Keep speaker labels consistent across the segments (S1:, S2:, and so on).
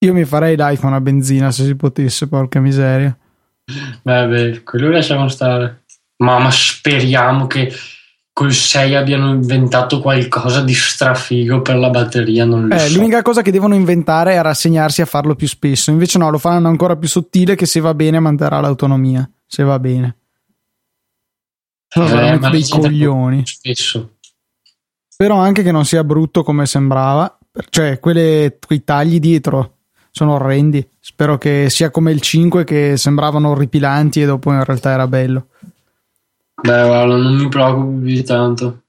S1: Io mi farei l'iPhone a benzina se si potesse, porca miseria.
S2: Beh, quello lasciamo stare. Ma speriamo che col 6 abbiano inventato qualcosa di strafigo per la batteria, non lo so.
S1: L'unica cosa che devono inventare è rassegnarsi a farlo più spesso, invece no, lo faranno ancora più sottile, che se va bene manterrà l'autonomia, se va bene. Sono veramente dei coglioni.
S2: Spesso.
S1: Spero anche che non sia brutto come sembrava, cioè quei tagli dietro sono orrendi. Spero che sia come il 5, che sembravano orripilanti e dopo in realtà era bello.
S2: Beh, guarda, non mi preoccupo più di tanto.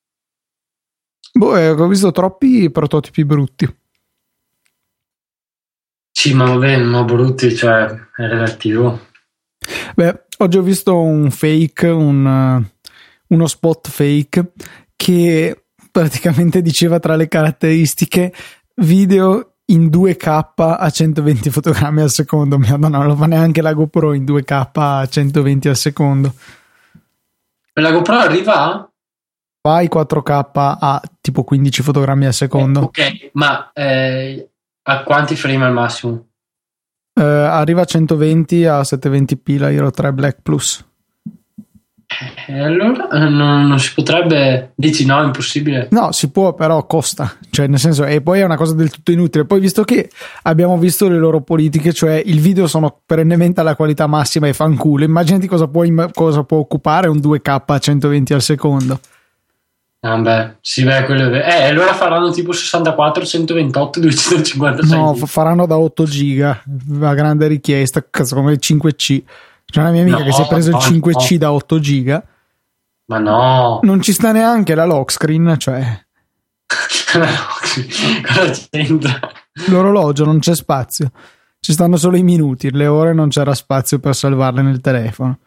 S1: Ho visto troppi prototipi brutti.
S2: Sì, ma va bene, ma brutti, cioè è relativo.
S1: Beh, oggi ho visto un fake, uno spot fake che praticamente diceva tra le caratteristiche video in 2K a 120 fotogrammi al secondo. Non lo fa neanche la GoPro in 2K a 120 al secondo.
S2: La GoPro arriva?
S1: Vai 4K a tipo 15 fotogrammi al secondo.
S2: Ok, ma a quanti frame al massimo?
S1: Arriva a 120 a 720p la Hero 3 Black Plus.
S2: Allora non si potrebbe. Dici no, è impossibile?
S1: No, si può, però costa, cioè nel senso, e poi è una cosa del tutto inutile. Poi, visto che abbiamo visto le loro politiche, cioè il video sono perennemente alla qualità massima e fanculo, immaginati cosa può occupare un 2K a 120 al secondo.
S2: Ah beh, sì, quello è vero. Allora faranno tipo 64, 128, 256.
S1: No, faranno da 8 giga a grande richiesta, cazzo, come il 5C. C'è una mia amica che si è preso il 5C da 8 giga.
S2: Ma no,
S1: non ci sta neanche la lock screen, cioè
S2: cosa c'entra?
S1: L'orologio non c'è spazio, ci stanno solo i minuti, le ore non c'era spazio per salvarle nel telefono.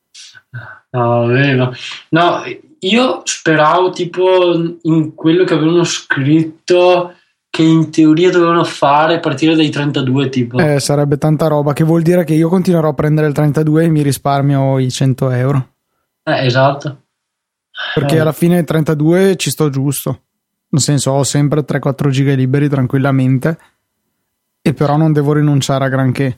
S2: No, io speravo tipo in quello che avevano scritto, che in teoria dovevano fare a partire dai 32 tipo.
S1: Sarebbe tanta roba, che vuol dire che io continuerò a prendere il 32 e mi risparmio i 100 euro.
S2: Esatto.
S1: Perché alla fine il 32 ci sto giusto. Nel senso, ho sempre 3-4 giga liberi tranquillamente, e però non devo rinunciare a granché.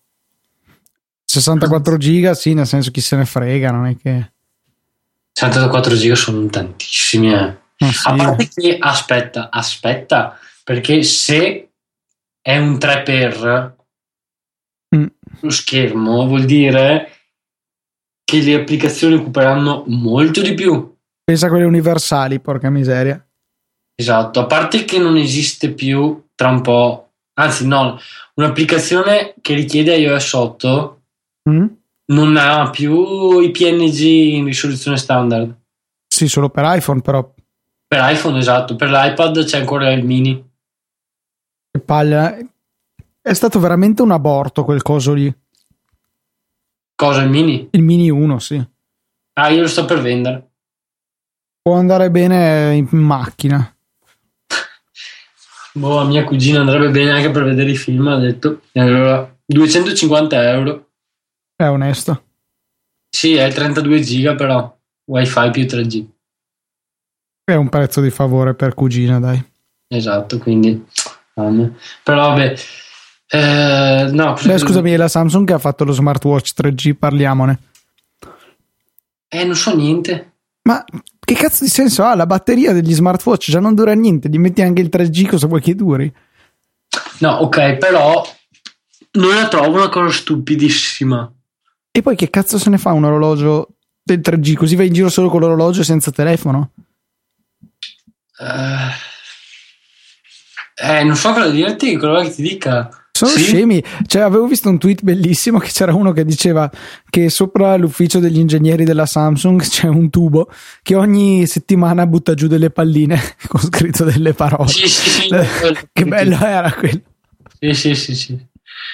S1: 64 giga, sì, nel senso, chi se ne frega, non è che
S2: 64 giga sono tantissimi,
S1: sì.
S2: A parte che aspetta, perché se è un 3x lo schermo, vuol dire che le applicazioni occuperanno molto di più.
S1: Pensa a quelle universali, porca miseria.
S2: Esatto, a parte che non esiste più tra un po', anzi no, un'applicazione che richiede iOS 8 non ha più i PNG in risoluzione standard.
S1: Sì, solo per iPhone, però.
S2: Per iPhone, esatto, per l'iPad c'è ancora il mini.
S1: Che palla. È stato veramente un aborto quel coso lì.
S2: Cosa, il mini?
S1: Il mini 1, sì.
S2: Io lo sto per vendere.
S1: Può andare bene in macchina.
S2: A mia cugina andrebbe bene anche per vedere i film, ha detto. E allora, 250 euro.
S1: È onesto.
S2: Sì, è 32 giga però, wifi più 3G.
S1: È un prezzo di favore per cugina, dai.
S2: Esatto, quindi però vabbè, no.
S1: Scusami, è la Samsung che ha fatto lo smartwatch 3G, parliamone.
S2: Non so niente.
S1: Ma che cazzo di senso ha? La batteria degli smartwatch già non dura niente, gli metti anche il 3G, cosa vuoi che duri?
S2: No, ok, però non la trovo una cosa stupidissima.
S1: E poi che cazzo se ne fa un orologio del 3G? Così vai in giro solo con l'orologio senza telefono?
S2: Non so cosa dirti, quello che ti dica.
S1: Sono scemi. Cioè, avevo visto un tweet bellissimo che c'era uno che diceva che sopra l'ufficio degli ingegneri della Samsung c'è un tubo che ogni settimana butta giù delle palline con scritto delle parole.
S2: Sì.
S1: Che bello era quello.
S2: Sì.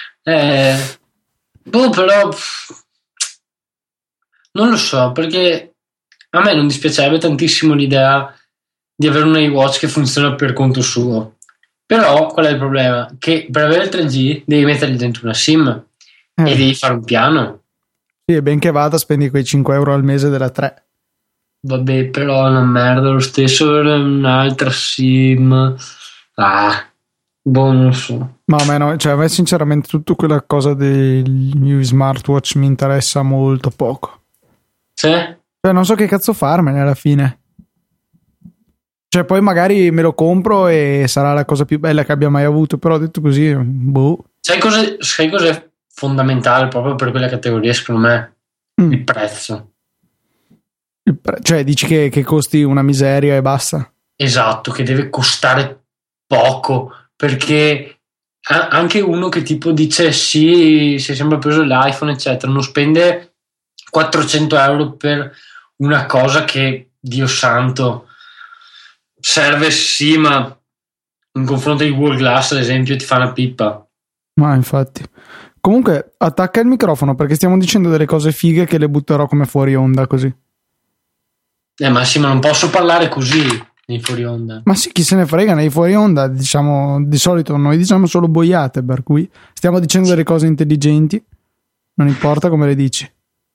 S2: Però non lo so, perché a me non dispiacerebbe tantissimo l'idea di avere un iWatch che funziona per conto suo. Però qual è il problema? Che per avere il 3G devi mettergli dentro una SIM e devi fare un piano.
S1: Sì, e ben che vada, spendi quei 5 euro al mese della 3.
S2: Vabbè, però è una merda lo stesso avere un'altra SIM. Non so.
S1: Ma a me no, cioè a me sinceramente tutta quella cosa degli smartwatch mi interessa molto poco.
S2: Sì?
S1: Cioè non so che cazzo farmene alla fine. Cioè poi magari me lo compro e sarà la cosa più bella che abbia mai avuto, però detto così, boh.
S2: Sai cos'è fondamentale proprio per quella categoria, secondo me? Il prezzo.
S1: Cioè dici che costi una miseria e basta?
S2: Esatto, che deve costare poco, perché anche uno che tipo dice sì, si è sempre preso l'iPhone, eccetera, non spende 400 euro per una cosa che, Dio santo, serve sì, ma in confronto di Google Glass, ad esempio, ti fa una pippa.
S1: Ma infatti. Comunque, attacca il microfono perché stiamo dicendo delle cose fighe che le butterò come fuori onda così.
S2: Ma sì, ma non posso parlare così nei fuori onda.
S1: Ma sì, chi se ne frega, nei fuori onda, diciamo, di solito noi diciamo solo boiate, per cui stiamo dicendo delle cose intelligenti, non importa come le dici.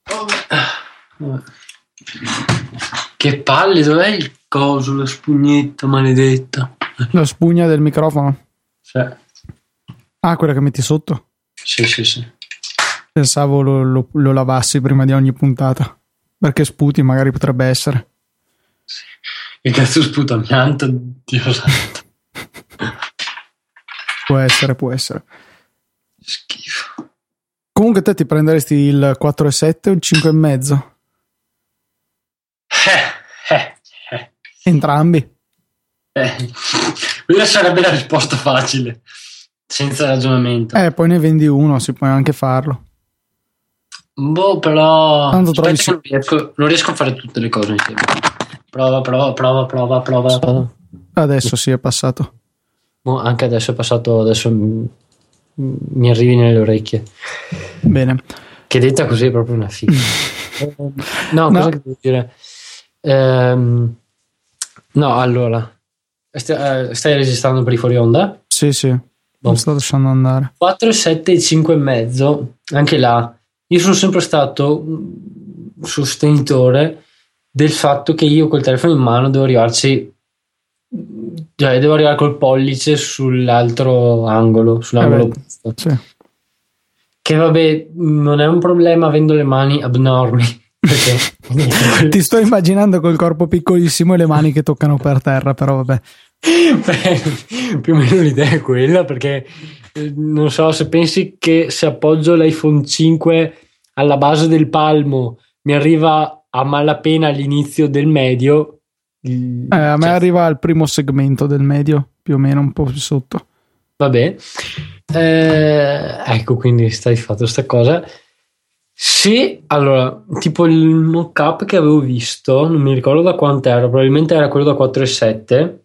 S2: Che palle, dov'è il coso, la spugnetta maledetta?
S1: La spugna del microfono?
S2: Sì.
S1: Ah, quella che metti sotto?
S2: Sì.
S1: Pensavo lo lavassi prima di ogni puntata, perché sputi magari potrebbe essere.
S2: Sì. Che cazzo sputa amianto, Dio santo.
S1: Può essere.
S2: Schifo.
S1: Comunque te ti prenderesti il 4,7 o il 5,5? Entrambi.
S2: Quella sarebbe la risposta facile, senza ragionamento.
S1: Poi ne vendi uno, si può anche farlo.
S2: Boh, però
S1: tanto
S2: aspetta, non riesco a fare tutte le cose insieme. Prova.
S1: Adesso sì, è passato.
S2: Anche adesso è passato, adesso mi arrivi nelle orecchie.
S1: Bene.
S2: Che detta così è proprio una figa. No, cosa che devo dire? No, allora stai registrando per i fuori onda?
S1: Sì, non sto lasciando andare.
S2: 4, 7 e 5,5, anche là io sono sempre stato un sostenitore del fatto che io col telefono in mano devo arrivare col pollice sull'altro angolo, sull'angolo opposto.
S1: Sì.
S2: Che vabbè, non è un problema avendo le mani abnormi. Perché
S1: ti sto immaginando col corpo piccolissimo e le mani che toccano per terra, però vabbè.
S2: Più o meno l'idea è quella, perché non so, se pensi che se appoggio l'iPhone 5 alla base del palmo mi arriva a malapena all'inizio del medio,
S1: a me arriva al primo segmento del medio, più o meno un po' più sotto.
S2: Vabbè, ecco, quindi stai fatto sta cosa. Sì, allora, tipo il mock-up che avevo visto, non mi ricordo da quanto era, probabilmente era quello da 4,7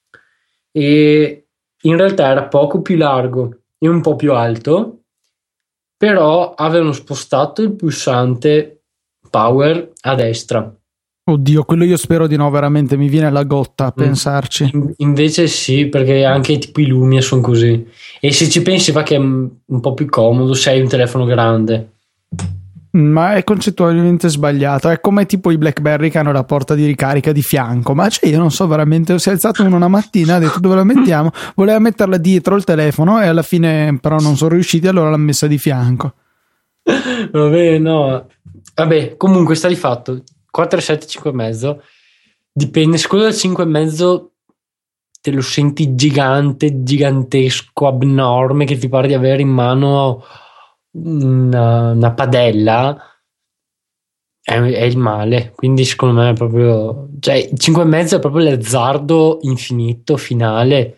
S2: e in realtà era poco più largo e un po' più alto, però avevano spostato il pulsante power a destra.
S1: Oddio, quello io spero di no, veramente mi viene la gotta a pensarci.
S2: Invece sì, perché anche tipo i Lumia sono così, e se ci pensi va che è un po' più comodo se hai un telefono grande.
S1: Ma è concettualmente sbagliato. È come tipo i BlackBerry che hanno la porta di ricarica di fianco. Ma cioè io non so veramente. Si è alzato uno una mattina, ha detto dove la mettiamo, voleva metterla dietro il telefono e alla fine però non sono riusciti, allora l'ha messa di fianco.
S2: Vabbè, no. Vabbè, comunque sta di fatto 4,7, 5,5. Dipende, se quello del 5,5 te lo senti gigantesco, abnorme, che ti pare di avere in mano una padella, è il male. Quindi secondo me è proprio, cioè il 5,5 è proprio l'azzardo infinito finale.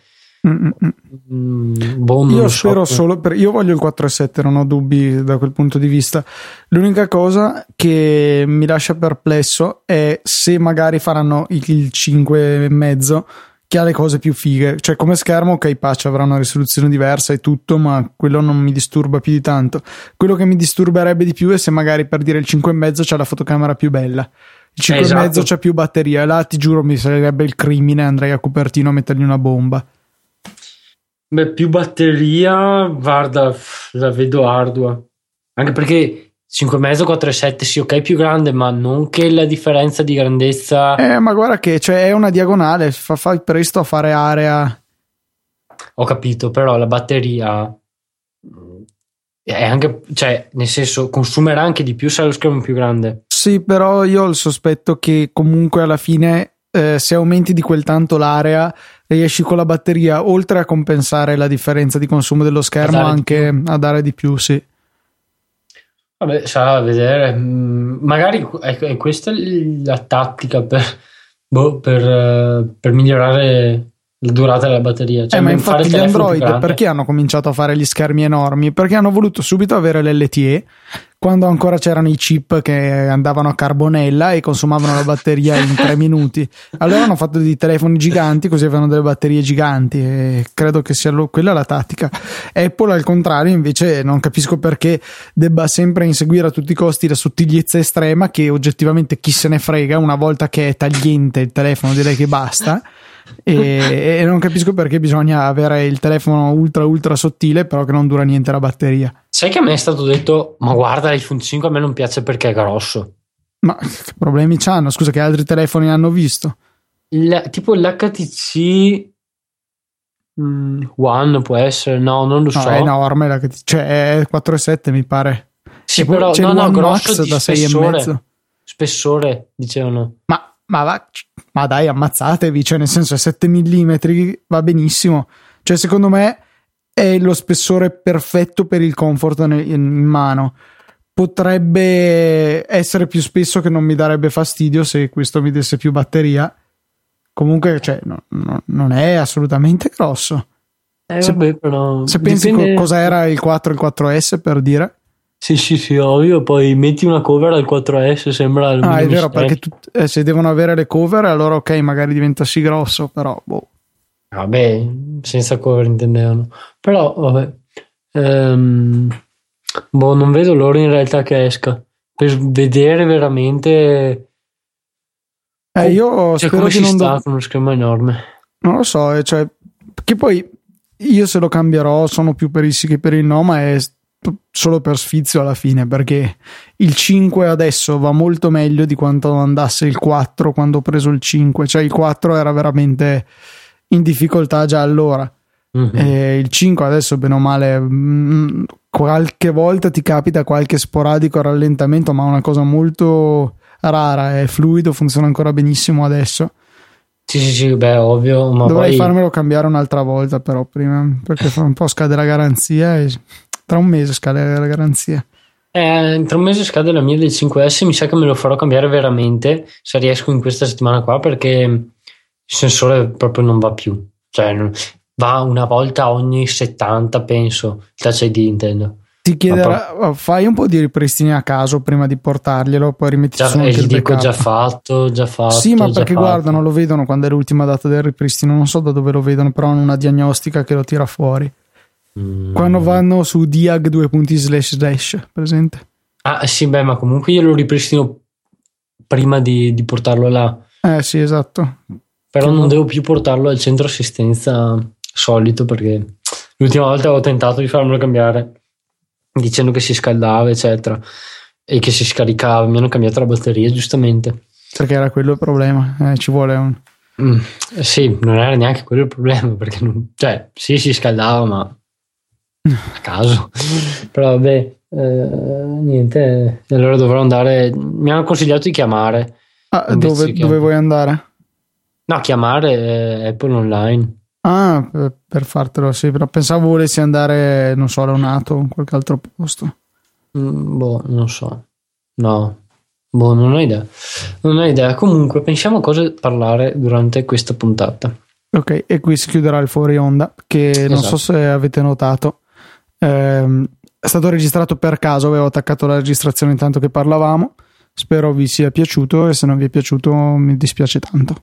S1: Io spero solo io voglio il 4,7, non ho dubbi da quel punto di vista. L'unica cosa che mi lascia perplesso è se magari faranno il 5,5 che ha le cose più fighe, cioè come schermo ok, patch avrà una risoluzione diversa e tutto, ma quello non mi disturba più di tanto. Quello che mi disturberebbe di più è se magari, per dire, il 5,5 c'ha la fotocamera più bella, il 5,5 c'ha più batteria, e là ti giuro mi sarebbe il crimine, andrei a Cupertino a mettergli una bomba.
S2: Beh, più batteria, guarda, la vedo ardua, anche perché 5,5, 4,7 sì, ok, più grande, ma non che la differenza di grandezza.
S1: Ma guarda che, cioè, è una diagonale, fai presto a fare area.
S2: ho capito, però la batteria è anche, cioè, nel senso, consumerà anche di più se ha lo schermo più grande.
S1: Sì, però io ho il sospetto che comunque alla fine se aumenti di quel tanto l'area riesci con la batteria oltre a compensare la differenza di consumo dello schermo anche a dare di più, sì.
S2: Vabbè, sarà a vedere. Magari è questa la tattica per migliorare la durata della batteria. Cioè,
S1: Ma infatti gli Android perché hanno cominciato a fare gli schermi enormi? Perché hanno voluto subito avere l'LTE quando ancora c'erano i chip che andavano a carbonella e consumavano la batteria in 3 minuti. Allora hanno fatto dei telefoni giganti, così avevano delle batterie giganti, e credo che sia quella la tattica. Apple al contrario invece non capisco perché debba sempre inseguire a tutti i costi la sottigliezza estrema, che oggettivamente chi se ne frega, una volta che è tagliente il telefono direi che basta. E non capisco perché bisogna avere il telefono ultra sottile però che non dura niente la batteria.
S2: Sai che a me è stato detto, ma guarda, l'iPhone 5 a me non piace perché è grosso.
S1: Ma che problemi c'hanno? Scusa, che altri telefoni hanno visto?
S2: Tipo l'HTC One può essere, no, non lo so.
S1: È enorme, cioè è 4,7 mi pare.
S2: Sì, però
S1: c'è
S2: no,
S1: grosso
S2: Max
S1: da 6,5.
S2: Spessore, dicevano.
S1: Ma dai, ammazzatevi, cioè nel senso è 7 mm, va benissimo. Cioè secondo me è lo spessore perfetto per il comfort in mano. Potrebbe essere più spesso, che non mi darebbe fastidio se questo mi desse più batteria. Comunque, cioè, non è assolutamente grosso.
S2: Vabbè, però
S1: se pensi cosa era il 4 e il 4S, per dire.
S2: Sì, ovvio. Poi metti una cover al 4S, sembra il
S1: è vero, perché se devono avere le cover, allora ok, magari diventa sì grosso, però boh.
S2: Vabbè, senza cover intendevano. Però vabbè, non vedo l'ora in realtà che esca per vedere veramente
S1: io spero
S2: come
S1: che
S2: si sta con uno schermo enorme.
S1: Non lo so, cioè, che poi io se lo cambierò sono più per il sì che per il no, ma è solo per sfizio alla fine, perché il 5 adesso va molto meglio di quanto andasse il 4 quando ho preso il 5, cioè il 4 era veramente in difficoltà già allora. E il 5 adesso bene o male qualche volta ti capita qualche sporadico rallentamento, ma una cosa molto rara, è fluido, funziona ancora benissimo adesso.
S2: Sì, beh, ovvio, ma
S1: dovrei farmelo cambiare un'altra volta però prima, perché fra un po' scade la garanzia e tra un mese scade la garanzia.
S2: Tra un mese scade la mia del 5S, mi sa che me lo farò cambiare veramente se riesco in questa settimana qua, perché il sensore proprio non va più, cioè va una volta ogni 70 penso, il Touch ID intendo.
S1: Ti chiederà, fai un po' di ripristini a caso prima di portarglielo, poi rimetti su anche il backup.
S2: Già fatto.
S1: Sì, ma perché guarda, non lo vedono quando è l'ultima data del ripristino, non so da dove lo vedono, però hanno una diagnostica che lo tira fuori. Quando vanno su diag // presente?
S2: Sì, beh, ma comunque io lo ripristino prima di portarlo là.
S1: Sì, esatto.
S2: Però non devo più portarlo al centro assistenza solito, perché l'ultima volta ho tentato di farmelo cambiare dicendo che si scaldava eccetera e che si scaricava, mi hanno cambiato la batteria giustamente,
S1: perché era quello il problema, ci vuole un
S2: sì, non era neanche quello il problema, perché sì, si scaldava ma a caso. Però vabbè, niente, allora dovrò andare, mi hanno consigliato di chiamare.
S1: Dove vuoi andare?
S2: No, chiamare Apple online.
S1: Per fartelo, sì, però pensavo volessi andare, non so, a Leonato o in qualche altro posto.
S2: Non so. No. Non ho idea. Comunque, pensiamo a cosa parlare durante questa puntata.
S1: Ok, e qui si chiuderà il fuori onda, che non so se avete notato, è stato registrato per caso, avevo attaccato la registrazione intanto che parlavamo. Spero vi sia piaciuto, e se non vi è piaciuto mi dispiace tanto.